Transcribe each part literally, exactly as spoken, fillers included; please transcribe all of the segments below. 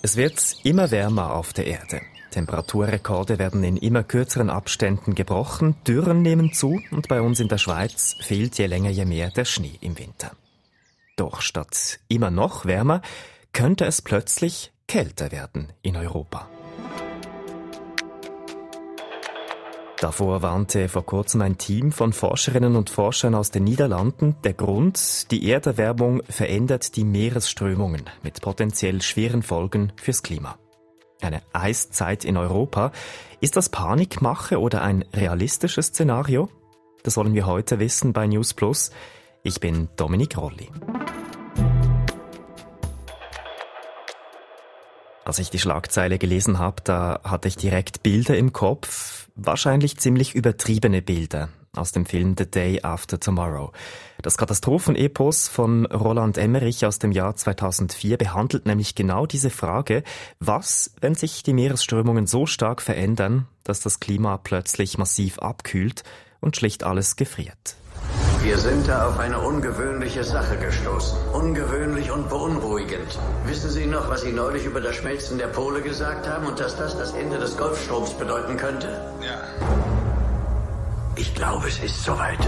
Es wird immer wärmer auf der Erde. Temperaturrekorde werden in immer kürzeren Abständen gebrochen, Dürren nehmen zu und bei uns in der Schweiz fehlt je länger je mehr der Schnee im Winter. Doch statt immer noch wärmer könnte es plötzlich kälter werden in Europa. Davor warnte vor kurzem ein Team von Forscherinnen und Forschern aus den Niederlanden. Der Grund: die Erderwärmung verändert die Meeresströmungen mit potenziell schweren Folgen fürs Klima. Eine Eiszeit in Europa. Ist das Panikmache oder ein realistisches Szenario? Das wollen wir heute wissen bei News Plus. Ich bin Dominik Rolli. Als ich die Schlagzeile gelesen habe, da hatte ich direkt Bilder im Kopf, wahrscheinlich ziemlich übertriebene Bilder aus dem Film The Day After Tomorrow. Das Katastrophenepos von Roland Emmerich aus dem Jahr zweitausendvier behandelt nämlich genau diese Frage: Was, wenn sich die Meeresströmungen so stark verändern, dass das Klima plötzlich massiv abkühlt und schlicht alles gefriert? Wir sind da auf eine ungewöhnliche Sache gestoßen. Ungewöhnlich und beunruhigend. Wissen Sie noch, was Sie neulich über das Schmelzen der Pole gesagt haben und dass das das Ende des Golfstroms bedeuten könnte? Ja. Ich glaube, es ist soweit.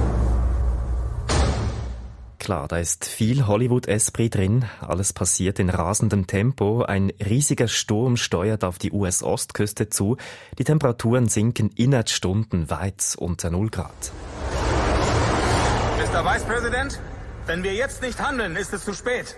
Klar, da ist viel Hollywood-Esprit drin. Alles passiert in rasendem Tempo. Ein riesiger Sturm steuert auf die U S-Ostküste zu. Die Temperaturen sinken innerhalb Stunden weit unter null Grad. Mister Vice President, wenn wir jetzt nicht handeln, ist es zu spät.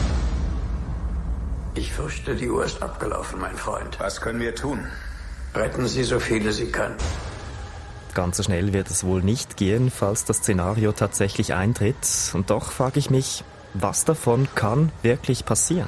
Ich fürchte, die Uhr ist abgelaufen, mein Freund. Was können wir tun? Retten Sie so viele Sie können. Ganz so schnell wird es wohl nicht gehen, falls das Szenario tatsächlich eintritt. Und doch frage ich mich, was davon kann wirklich passieren?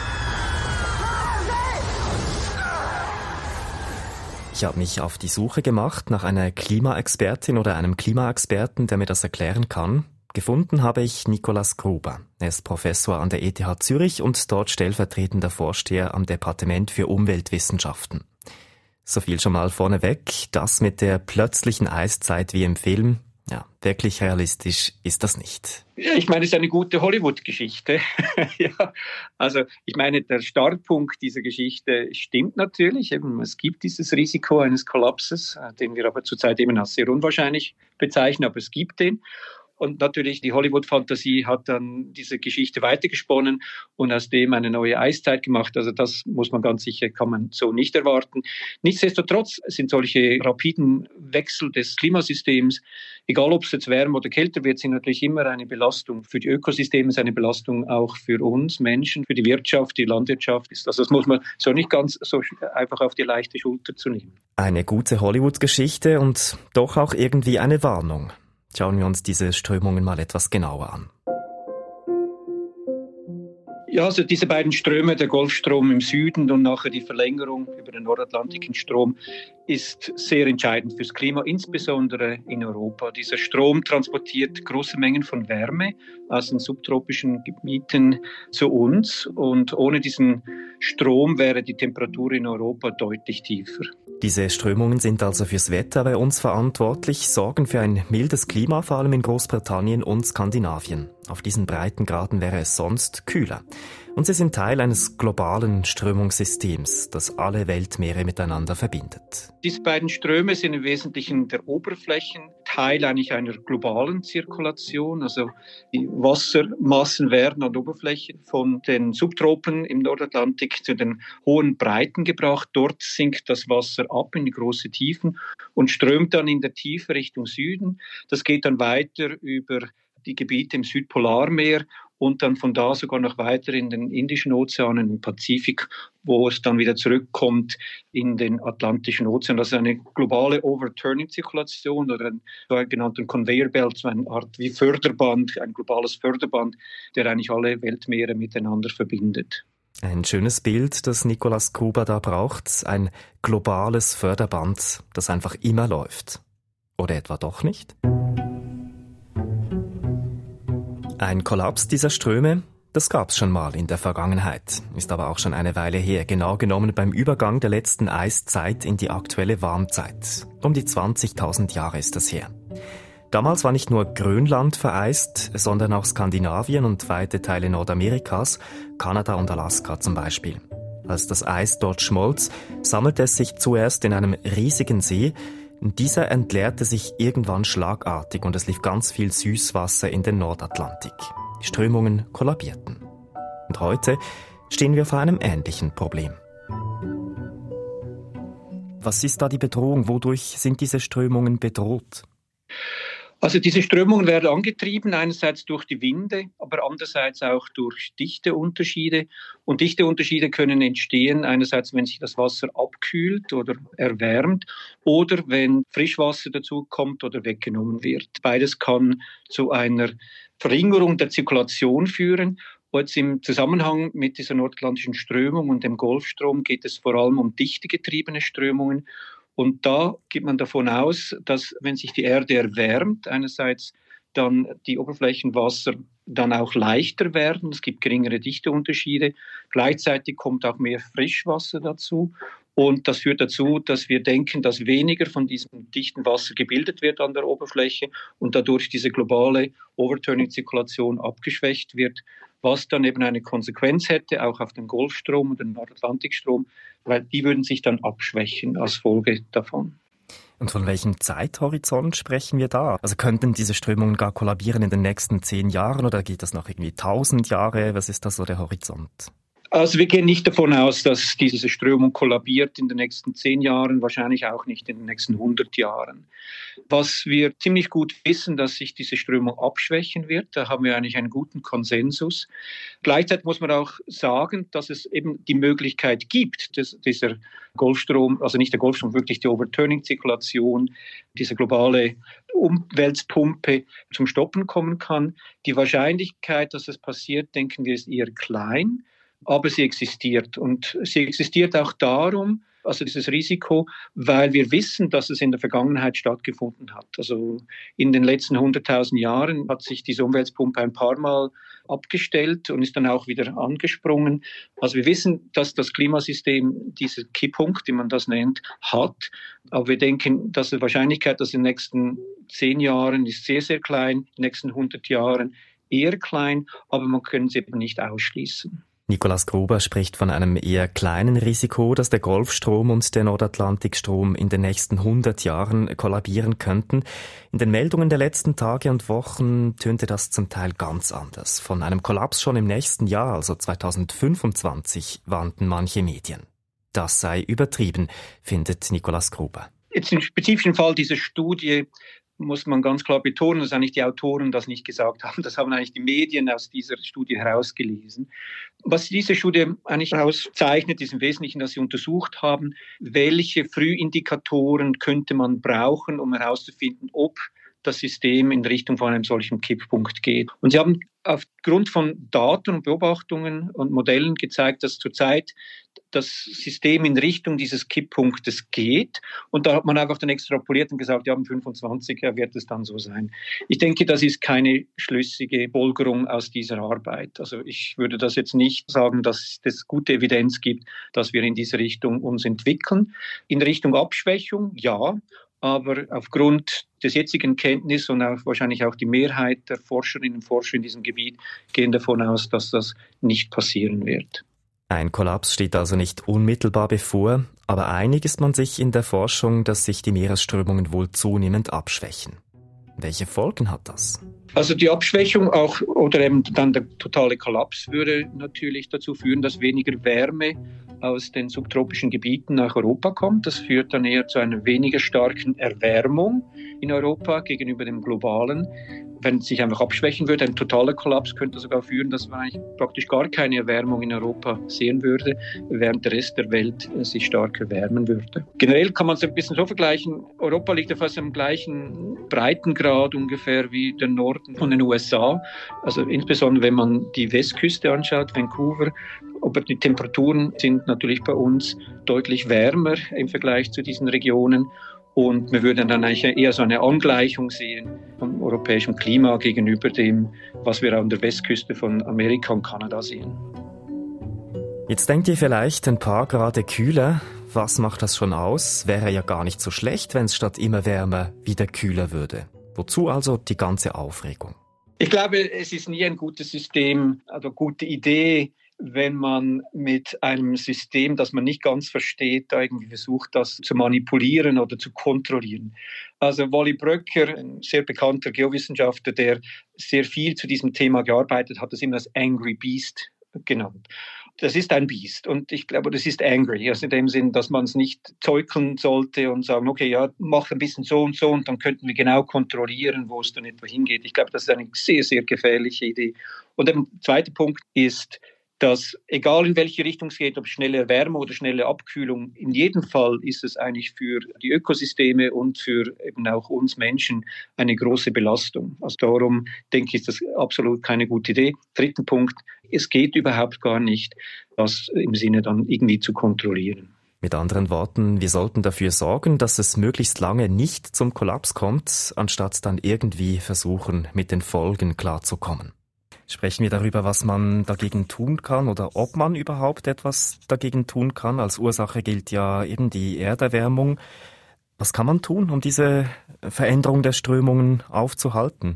Ich habe mich auf die Suche gemacht nach einer Klimaexpertin oder einem Klimaexperten, der mir das erklären kann. Gefunden habe ich Nicolas Gruber. Er ist Professor an der E T H Zürich und dort stellvertretender Vorsteher am Departement für Umweltwissenschaften. So viel schon mal vorneweg. Das mit der plötzlichen Eiszeit wie im Film, ja, wirklich realistisch ist das nicht. Ja, ich meine, es ist eine gute Hollywood-Geschichte. Ja, also ich meine, der Startpunkt dieser Geschichte stimmt natürlich. Eben, es gibt dieses Risiko eines Kollapses, den wir aber zurzeit eben als sehr unwahrscheinlich bezeichnen, aber es gibt den. Und natürlich, die Hollywood-Fantasie hat dann diese Geschichte weitergesponnen und aus dem eine neue Eiszeit gemacht. Also das muss man ganz sicher, kann man so nicht erwarten. Nichtsdestotrotz sind solche rapiden Wechsel des Klimasystems, egal ob es jetzt wärmer oder kälter wird, sind natürlich immer eine Belastung für die Ökosysteme, ist eine Belastung auch für uns Menschen, für die Wirtschaft, die Landwirtschaft. Also das muss man so nicht ganz so einfach auf die leichte Schulter zu nehmen. Eine gute Hollywood-Geschichte und doch auch irgendwie eine Warnung. Schauen wir uns diese Strömungen mal etwas genauer an. Ja, also diese beiden Ströme, der Golfstrom im Süden und nachher die Verlängerung über den nordatlantischen Strom, ist sehr entscheidend fürs Klima, insbesondere in Europa. Dieser Strom transportiert große Mengen von Wärme aus den subtropischen Gebieten zu uns und ohne diesen Strom wäre die Temperatur in Europa deutlich tiefer. Diese Strömungen sind also fürs Wetter bei uns verantwortlich, sorgen für ein mildes Klima, vor allem in Großbritannien und Skandinavien. Auf diesen Breitengraden wäre es sonst kühler. Und sie sind Teil eines globalen Strömungssystems, das alle Weltmeere miteinander verbindet. Diese beiden Ströme sind im Wesentlichen der Oberflächen Teil eigentlich einer globalen Zirkulation. Also die Wassermassen werden an der Oberfläche von den Subtropen im Nordatlantik zu den hohen Breiten gebracht. Dort sinkt das Wasser ab in die große Tiefen und strömt dann in der Tiefe Richtung Süden. Das geht dann weiter über die Gebiete im Südpolarmeer und dann von da sogar noch weiter in den Indischen Ozean, im Pazifik, wo es dann wieder zurückkommt in den Atlantischen Ozean. Das ist eine globale Overturning-Zirkulation oder ein sogenannter Conveyor Belt, so eine Art wie Förderband, ein globales Förderband, der eigentlich alle Weltmeere miteinander verbindet. Ein schönes Bild, das Nicolas Gruber da braucht, ein globales Förderband, das einfach immer läuft. Oder etwa doch nicht? Ein Kollaps dieser Ströme, das gab's schon mal in der Vergangenheit, ist aber auch schon eine Weile her, genau genommen beim Übergang der letzten Eiszeit in die aktuelle Warmzeit. Um die zwanzigtausend Jahre ist das her. Damals war nicht nur Grönland vereist, sondern auch Skandinavien und weite Teile Nordamerikas, Kanada und Alaska zum Beispiel. Als das Eis dort schmolz, sammelte es sich zuerst in einem riesigen See. Dieser entleerte sich irgendwann schlagartig und es lief ganz viel Süßwasser in den Nordatlantik. Die Strömungen kollabierten. Und heute stehen wir vor einem ähnlichen Problem. Was ist da die Bedrohung? Wodurch sind diese Strömungen bedroht? Also diese Strömungen werden angetrieben, einerseits durch die Winde, aber andererseits auch durch Dichteunterschiede. Und Dichteunterschiede können entstehen, einerseits, wenn sich das Wasser abkühlt oder erwärmt oder wenn Frischwasser dazukommt oder weggenommen wird. Beides kann zu einer Verringerung der Zirkulation führen. Jetzt im Zusammenhang mit dieser nordatlantischen Strömung und dem Golfstrom geht es vor allem um dichtegetriebene Strömungen. Und da geht man davon aus, dass wenn sich die Erde erwärmt, einerseits dann die Oberflächenwasser dann auch leichter werden. Es gibt geringere Dichteunterschiede. Gleichzeitig kommt auch mehr Frischwasser dazu. Und das führt dazu, dass wir denken, dass weniger von diesem dichten Wasser gebildet wird an der Oberfläche und dadurch diese globale Overturning-Zirkulation abgeschwächt wird, was dann eben eine Konsequenz hätte, auch auf den Golfstrom und den Nordatlantikstrom, weil die würden sich dann abschwächen als Folge davon. Und von welchem Zeithorizont sprechen wir da? Also könnten diese Strömungen gar kollabieren in den nächsten zehn Jahren oder geht das noch irgendwie tausend Jahre? Was ist da so der Horizont? Also wir gehen nicht davon aus, dass diese Strömung kollabiert in den nächsten zehn Jahren, wahrscheinlich auch nicht in den nächsten hundert Jahren. Was wir ziemlich gut wissen, dass sich diese Strömung abschwächen wird, da haben wir eigentlich einen guten Konsensus. Gleichzeitig muss man auch sagen, dass es eben die Möglichkeit gibt, dass dieser Golfstrom, also nicht der Golfstrom, wirklich die Overturning-Zirkulation, diese globale Umwälzpumpe zum Stoppen kommen kann. Die Wahrscheinlichkeit, dass es passiert, denken wir, ist eher klein. Aber sie existiert und sie existiert auch darum, also dieses Risiko, weil wir wissen, dass es in der Vergangenheit stattgefunden hat. Also in den letzten hunderttausend Jahren hat sich diese Umwälzpumpe ein paar Mal abgestellt und ist dann auch wieder angesprungen. Also wir wissen, dass das Klimasystem diesen Kipppunkt, wie man das nennt, hat. Aber wir denken, dass die Wahrscheinlichkeit, dass in den nächsten zehn Jahren ist sehr, sehr klein, in den nächsten hundert Jahren eher klein, aber man kann es eben nicht ausschließen. Nicolas Gruber spricht von einem eher kleinen Risiko, dass der Golfstrom und der Nordatlantikstrom in den nächsten hundert Jahren kollabieren könnten. In den Meldungen der letzten Tage und Wochen tönte das zum Teil ganz anders. Von einem Kollaps schon im nächsten Jahr, also zweitausendfünfundzwanzig, warnten manche Medien. Das sei übertrieben, findet Nicolas Gruber. Jetzt im spezifischen Fall dieser Studie muss man ganz klar betonen, dass eigentlich die Autoren das nicht gesagt haben. Das haben eigentlich die Medien aus dieser Studie herausgelesen. Was diese Studie eigentlich auszeichnet, ist im Wesentlichen, dass sie untersucht haben, welche Frühindikatoren könnte man brauchen, um herauszufinden, ob das System in Richtung von einem solchen Kipppunkt geht. Und sie haben aufgrund von Daten und Beobachtungen und Modellen gezeigt, dass zurzeit das System in Richtung dieses Kipppunktes geht. Und da hat man einfach dann extrapoliert und gesagt, ja, im fünfundzwanzig wird es dann so sein. Ich denke, das ist keine schlüssige Folgerung aus dieser Arbeit. Also ich würde das jetzt nicht sagen, dass es gute Evidenz gibt, dass wir in diese Richtung uns entwickeln. In Richtung Abschwächung, ja. Aber aufgrund des jetzigen Kenntnisses und auch wahrscheinlich auch die Mehrheit der Forscherinnen und Forscher in diesem Gebiet gehen davon aus, dass das nicht passieren wird. Ein Kollaps steht also nicht unmittelbar bevor, aber einig ist man sich in der Forschung, dass sich die Meeresströmungen wohl zunehmend abschwächen. Welche Folgen hat das? Also die Abschwächung auch oder eben dann der totale Kollaps würde natürlich dazu führen, dass weniger Wärme aus den subtropischen Gebieten nach Europa kommt. Das führt dann eher zu einer weniger starken Erwärmung in Europa gegenüber dem globalen. Wenn es sich einfach abschwächen würde, ein totaler Kollaps könnte sogar führen, dass man eigentlich praktisch gar keine Erwärmung in Europa sehen würde, während der Rest der Welt sich stark erwärmen würde. Generell kann man es ein bisschen so vergleichen. Europa liegt ja fast am gleichen Breitengrad ungefähr wie der Norden von den U S A. Also insbesondere wenn man die Westküste anschaut, Vancouver. Aber die Temperaturen sind natürlich bei uns deutlich wärmer im Vergleich zu diesen Regionen. Und wir würden dann eigentlich eher so eine Angleichung sehen vom europäischen Klima gegenüber dem, was wir an der Westküste von Amerika und Kanada sehen. Jetzt denkt ihr vielleicht ein paar Grad kühler. Was macht das schon aus? Wäre ja gar nicht so schlecht, wenn es statt immer wärmer wieder kühler würde. Wozu also die ganze Aufregung? Ich glaube, es ist nie ein gutes System, also gute Idee, wenn man mit einem System, das man nicht ganz versteht, da irgendwie versucht, das zu manipulieren oder zu kontrollieren. Also Wally Bröcker, ein sehr bekannter Geowissenschaftler, der sehr viel zu diesem Thema gearbeitet hat, das immer das Angry Beast genannt. Das ist ein Biest und ich glaube, das ist angry, also in dem Sinn, dass man es nicht zeugeln sollte und sagen, okay, ja, mach ein bisschen so und so und dann könnten wir genau kontrollieren, wo es dann etwa hingeht. Ich glaube, das ist eine sehr, sehr gefährliche Idee. Und der zweite Punkt ist, dass egal in welche Richtung es geht, ob schnelle Erwärmung oder schnelle Abkühlung, in jedem Fall ist es eigentlich für die Ökosysteme und für eben auch uns Menschen eine große Belastung. Also darum denke ich, ist das absolut keine gute Idee. Dritten Punkt, es geht überhaupt gar nicht, das im Sinne dann irgendwie zu kontrollieren. Mit anderen Worten, wir sollten dafür sorgen, dass es möglichst lange nicht zum Kollaps kommt, anstatt dann irgendwie versuchen, mit den Folgen klarzukommen. Sprechen wir darüber, was man dagegen tun kann oder ob man überhaupt etwas dagegen tun kann. Als Ursache gilt ja eben die Erderwärmung. Was kann man tun, um diese Veränderung der Strömungen aufzuhalten?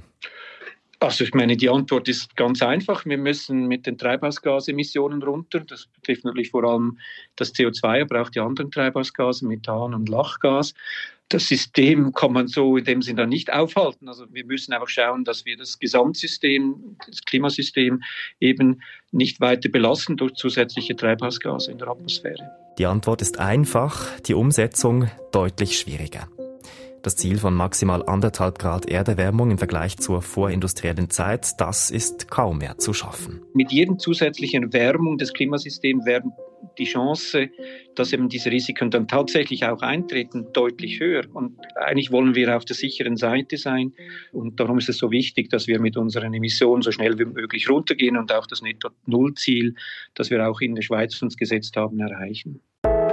Also ich meine, die Antwort ist ganz einfach. Wir müssen mit den Treibhausgasemissionen runter. Das betrifft natürlich vor allem das C O zwei, aber auch die anderen Treibhausgase, Methan und Lachgas. Das System kann man so in dem Sinne dann nicht aufhalten. Also wir müssen einfach schauen, dass wir das Gesamtsystem, das Klimasystem eben nicht weiter belasten durch zusätzliche Treibhausgase in der Atmosphäre. Die Antwort ist einfach, die Umsetzung deutlich schwieriger. Das Ziel von maximal anderthalb Grad Erderwärmung im Vergleich zur vorindustriellen Zeit, das ist kaum mehr zu schaffen. Mit jedem zusätzlichen Erwärmung des Klimasystems werden die Chance, dass eben diese Risiken dann tatsächlich auch eintreten, deutlich höher. Und eigentlich wollen wir auf der sicheren Seite sein. Und darum ist es so wichtig, dass wir mit unseren Emissionen so schnell wie möglich runtergehen und auch das Netto-Null-Ziel, das wir auch in der Schweiz uns gesetzt haben, erreichen.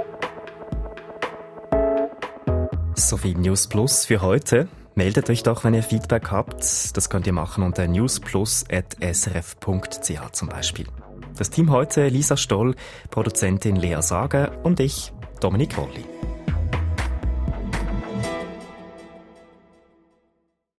Sowie News Plus für heute. Meldet euch doch, wenn ihr Feedback habt. Das könnt ihr machen unter newsplus at s r f punkt c h zum Beispiel. Das Team heute Lisa Stoll, Produzentin Lea Sager und ich, Dominik Wolli.